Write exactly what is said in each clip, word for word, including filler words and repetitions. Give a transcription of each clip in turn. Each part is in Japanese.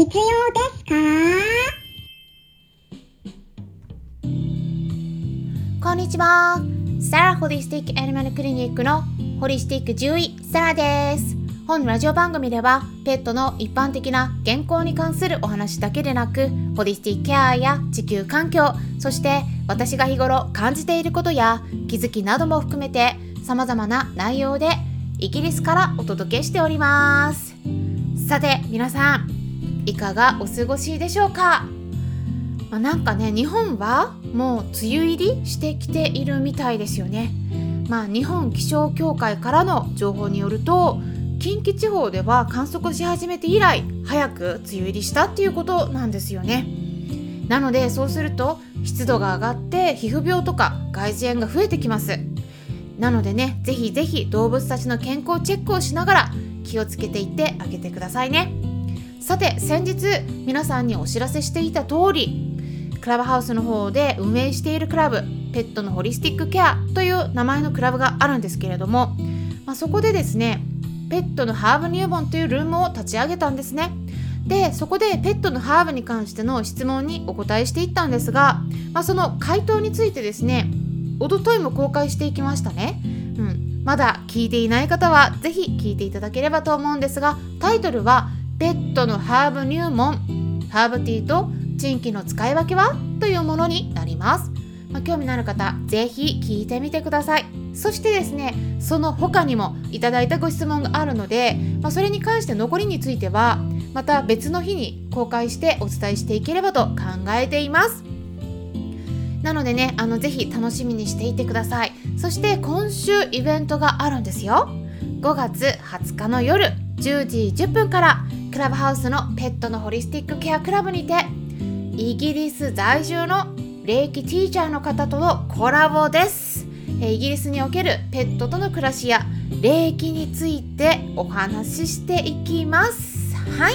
必要ですか？ こんにちは。サラホリスティックアニマルクリニックのホリスティック獣医サラです。本ラジオ番組ではペットの一般的な健康に関するお話だけでなく、ホリスティックケアや地球環境、そして私が日頃感じていることや気づきなども含めて様々な内容でイギリスからお届けしております。さて皆さん、いかがお過ごしでしょうか？まあ、なんかね、日本はもう梅雨入りしてきているみたいですよね。まあ、日本気象協会からの情報によると、近畿地方では観測し始めて以来早く梅雨入りしたっていうことなんですよね。なのでそうすると湿度が上がって皮膚病とか外耳炎が増えてきます。なのでね、ぜひぜひ動物たちの健康チェックをしながら気をつけていってあげてくださいね。さて先日皆さんにお知らせしていた通り、クラブハウスの方で運営しているクラブ、ペットのホリスティックケアという名前のクラブがあるんですけれども、まあ、そこでですね、ペットのハーブ入門というルームを立ち上げたんですね。で、そこでペットのハーブに関しての質問にお答えしていったんですが、まあ、その回答についてですね、おとといも公開していきましたね。うん、まだ聞いていない方はぜひ聞いていただければと思うんですが、タイトルはペットのハーブ入門、ハーブティーと珍奇の使い分けはというものになります。まあ、興味のある方ぜひ聞いてみてください。そしてですね、その他にもいただいたご質問があるので、まあ、それに関して残りについてはまた別の日に公開してお伝えしていければと考えています。なのでね、あのぜひ楽しみにしていてください。そして今週イベントがあるんですよ。ごがつはつかの夜じゅうじじゅっぷんからクラブハウスのペットのホリスティックケアクラブにてイギリス在住の霊気ティーチャーの方とのコラボです。イギリスにおけるペットとの暮らしや霊気についてお話ししていきます。はい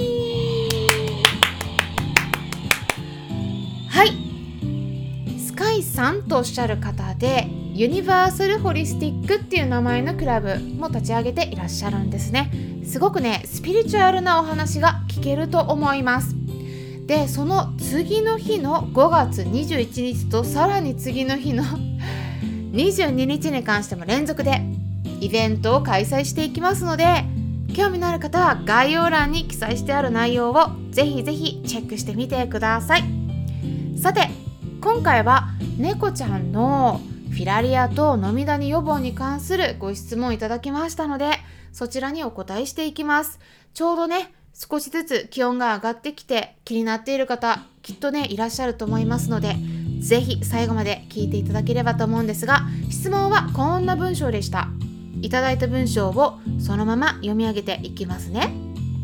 はいスカイさんとおっしゃる方で、ユニバーサルホリスティックっていう名前のクラブも立ち上げていらっしゃるんですね。すごくね、スピリチュアルなお話が聞けると思います。で、その次の日のごがつにじゅういちにちとさらに次の日のにじゅうににちに関しても連続でイベントを開催していきますので、興味のある方は概要欄に記載してある内容をぜひぜひチェックしてみてください。さて今回は猫ちゃんのフィラリアと飲みダニ予防に関するご質問いただきましたので、そちらにお答えしていきます。ちょうどね、少しずつ気温が上がってきて気になっている方きっとねいらっしゃると思いますので、ぜひ最後まで聞いていただければと思うんですが、質問はこんな文章でした。いただいた文章をそのまま読み上げていきますね。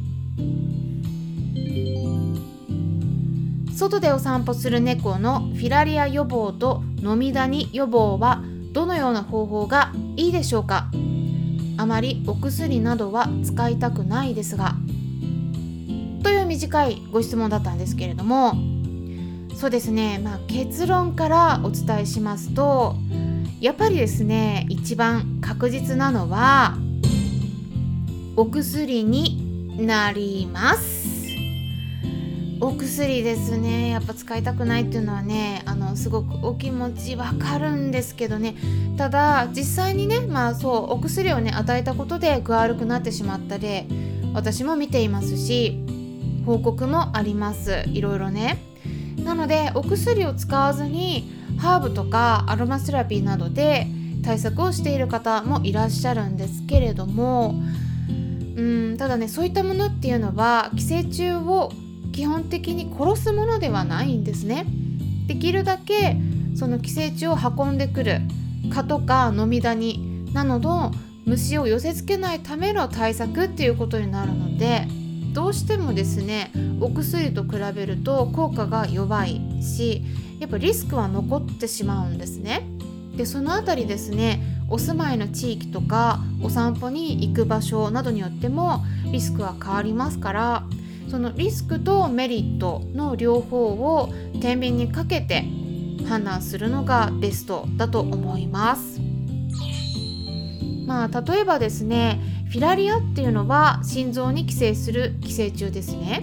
外でお散歩する猫のフィラリア予防と飲みダニ予防はどのような方法がいいでしょうか？あまりお薬などは使いたくないですが、という短いご質問だったんですけれども、そうですね、まあ、結論からお伝えしますと、やっぱりですね、一番確実なのはお薬になります。お薬ですね。やっぱ使いたくないっていうのはね、あのすごくお気持ちわかるんですけどね、ただ実際にね、まあそうお薬をね与えたことで具合悪くなってしまった例、私も見ていますし、報告もあります。いろいろね。なのでお薬を使わずにハーブとかアロマセラピーなどで対策をしている方もいらっしゃるんですけれども、うんただね、そういったものっていうのは寄生虫を基本的に殺すものではないんですね。できるだけその寄生虫を運んでくる蚊とか飲みダニなどの虫を寄せ付けないための対策っていうことになるので、どうしてもですね、お薬と比べると効果が弱いし、やっぱリスクは残ってしまうんですね。で、そのあたりですね、お住まいの地域とかお散歩に行く場所などによってもリスクは変わりますから、そのリスクとメリットの両方を天秤にかけて判断するのがベストだと思います。まあ、例えばですね、フィラリアっていうのは心臓に寄生する寄生虫ですね。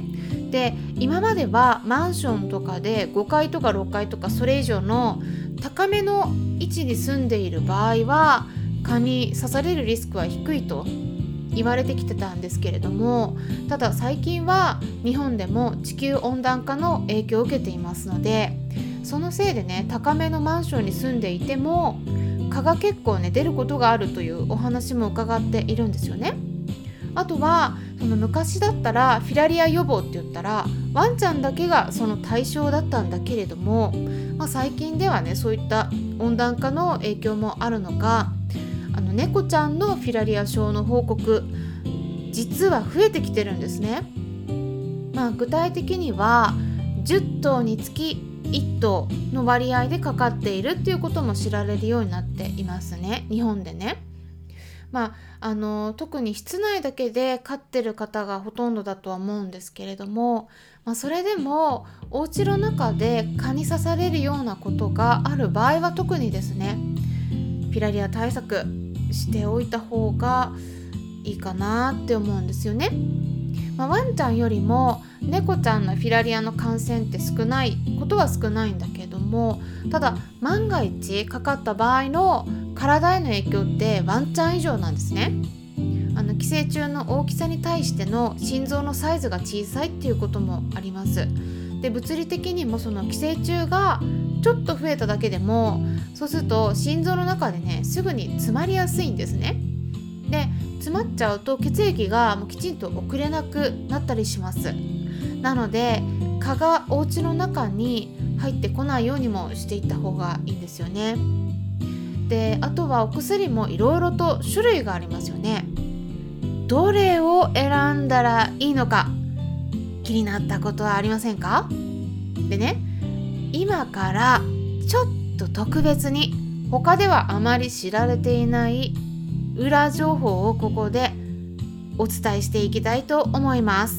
で、今まではマンションとかでごかいとかろっかいとかそれ以上の高めの位置に住んでいる場合は蚊に刺されるリスクは低いと言われてきてたんですけれども、ただ最近は日本でも地球温暖化の影響を受けていますので、そのせいでね、高めのマンションに住んでいても蚊が結構ね出ることがあるというお話も伺っているんですよね。あとはその昔だったらフィラリア予防って言ったらワンちゃんだけがその対象だったんだけれども、まあ、最近ではねそういった温暖化の影響もあるのか、あの猫ちゃんのフィラリア症の報告実は増えてきてるんですね。まあ、具体的にはじゅっとうにつきいっとうの割合でかかっているっていうことも知られるようになっていますね、日本でね。まあ、あの特に室内だけで飼ってる方がほとんどだとは思うんですけれども、まあ、それでもお家の中で蚊に刺されるようなことがある場合は特にですね、フィラリア対策しておいた方がいいかなって思うんですよね。まあ、ワンちゃんよりも猫ちゃんのフィラリアの感染って少ないことは少ないんだけども、ただ万が一かかった場合の体への影響ってワンちゃん以上なんですね。あの寄生虫の大きさに対しての心臓のサイズが小さいっていうこともあります。で、物理的にもその寄生虫がちょっと増えただけでも、そうすると心臓の中でねすぐに詰まりやすいんですね。で、詰まっちゃうと血液がもうきちんと送れなくなったりします。なので蚊がお家の中に入ってこないようにもしていった方がいいんですよね。で、あとはお薬もいろいろと種類がありますよね。どれを選んだらいいのか気になったことはありませんか？でね、今からちょっと特別に他ではあまり知られていない裏情報をここでお伝えしていきたいと思います。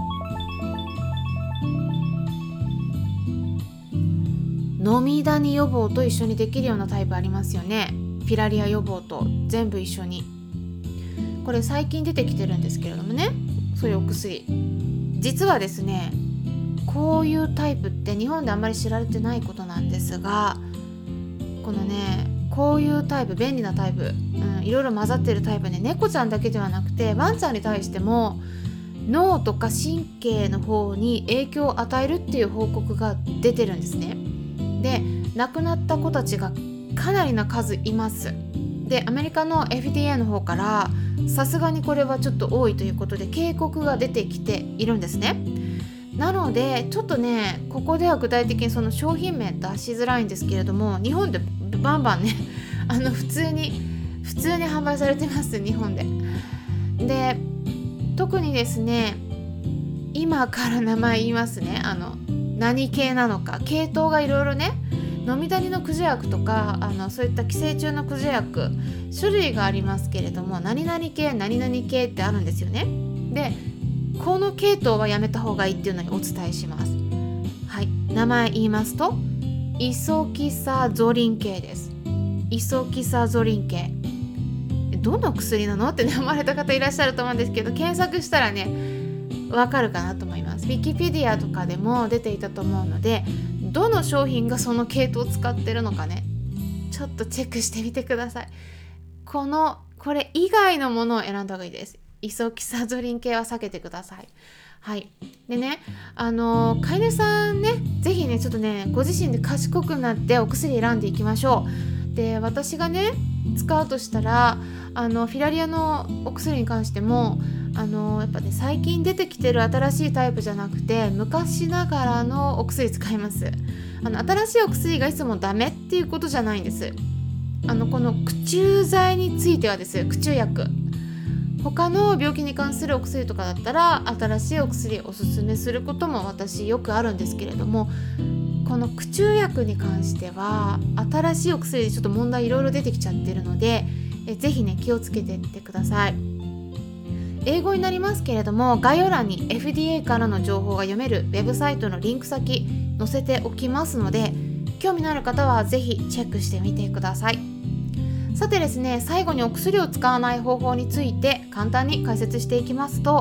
飲みダニ予防と一緒にできるようなタイプありますよね。フィラリア予防と全部一緒に。これ最近出てきてるんですけれどもね、そういうお薬実はですね、こういうタイプって日本であんまり知られてないことなんですが、このねこういうタイプ、便利なタイプ、うん、いろいろ混ざってるタイプね、猫ちゃんだけではなくてワンちゃんに対しても脳とか神経の方に影響を与えるっていう報告が出てるんですね。で、亡くなった子たちがかなりな数います。で、アメリカの エフディーエー の方からさすがにこれはちょっと多いということで警告が出てきているんですね。なのでちょっとねここでは具体的にその商品名出しづらいんですけれども、日本でバンバンねあの普通に普通に販売されてます、日本で。で、特にですね、今から名前言いますね。あの何系なのか、系統がいろいろね、飲みダニの駆除薬とかあのそういった寄生虫の駆除薬種類がありますけれども、何々系何々系ってあるんですよね。で、この系統はやめた方がいいっていうのにお伝えします。はい、名前言いますとイソキサゾリン系です。イソキサゾリン系、どの薬なのってね思われた方いらっしゃると思うんですけど、検索したらねわかるかなと思います。ウィキペディアとかでも出ていたと思うので、どの商品がその系統を使ってるのかねちょっとチェックしてみてください。このこれ以外のものを選んだ方がいいです。イソキサゾリン系は避けてください。はい。でね、あの飼い主さんね、ぜひねちょっとねご自身で賢くなってお薬選んでいきましょう。で、私がね使うとしたら、あのフィラリアのお薬に関してもあのやっぱね最近出てきてる新しいタイプじゃなくて昔ながらのお薬使います。あの新しいお薬がいつもダメっていうことじゃないんです。あのこの駆虫剤についてはです、駆虫薬、他の病気に関するお薬とかだったら新しいお薬をおすすめすることも私よくあるんですけれども、この駆虫薬に関しては新しいお薬でちょっと問題いろいろ出てきちゃってるので、えぜひね気をつけていってください。英語になりますけれども、概要欄に エフディーエー からの情報が読めるウェブサイトのリンク先載せておきますので、興味のある方はぜひチェックしてみてください。さてですね、最後にお薬を使わない方法について簡単に解説していきますと、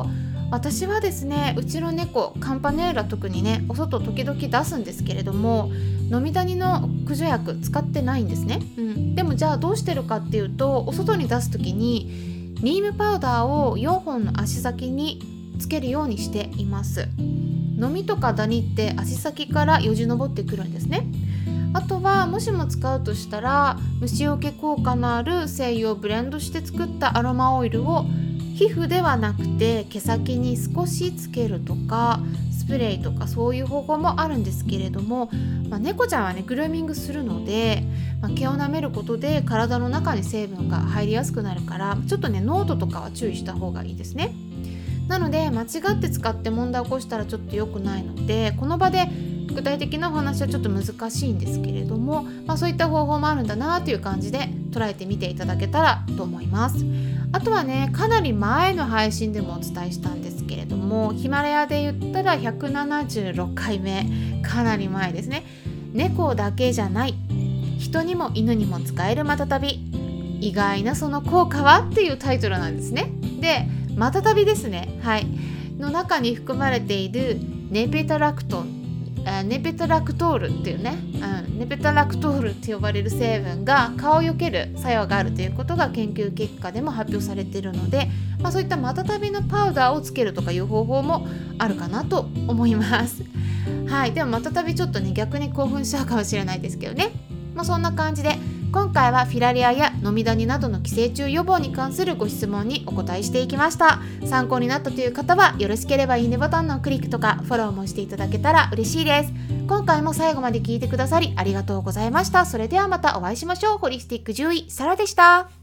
私はですね、うちの猫カンパネーラ特にね、お外時々出すんですけれども、飲みダニの駆除薬使ってないんですね、うん、でもじゃあどうしてるかっていうと、お外に出す時にニームパウダーをよんほんの足先につけるようにしています。ノミとかダニって足先からよじ登ってくるんですね。あとはもしも使うとしたら、虫除け効果のある精油をブレンドして作ったアロマオイルを皮膚ではなくて毛先に少しつけるとか、スプレーとかそういう方法もあるんですけれども、まあ、猫ちゃんはねグルーミングするので、まあ、毛を舐めることで体の中に成分が入りやすくなるから、ちょっとね濃度とかは注意した方がいいですね。なので間違って使って問題を起こしたらちょっと良くないので、この場で具体的なお話はちょっと難しいんですけれども、まあ、そういった方法もあるんだなという感じで捉えてみていただけたらと思います。あとはね、かなり前の配信でもお伝えしたんですけれども、ヒマラヤで言ったらひゃくななじゅうろっかいめ、かなり前ですね。猫だけじゃない、人にも犬にも使えるマタタビ、意外なその効果はっていうタイトルなんですね。で、マタタビですね、はいの中に含まれているネペタラクトン、ネペタラクトールっていうね、うん、ネペタラクトールって呼ばれる成分が蚊をよける作用があるということが研究結果でも発表されているので、まあ、そういったマタタビのパウダーをつけるとかいう方法もあるかなと思います。はい、でもマタタビちょっとね逆に興奮しちゃうかもしれないですけどね。まあ、そんな感じで今回はフィラリアや飲みダニなどの寄生虫予防に関するご質問にお答えしていきました。参考になったという方はよろしければいいねボタンのクリックとかフォローもしていただけたら嬉しいです。今回も最後まで聞いてくださりありがとうございました。それではまたお会いしましょう。ホリスティック獣医サラでした。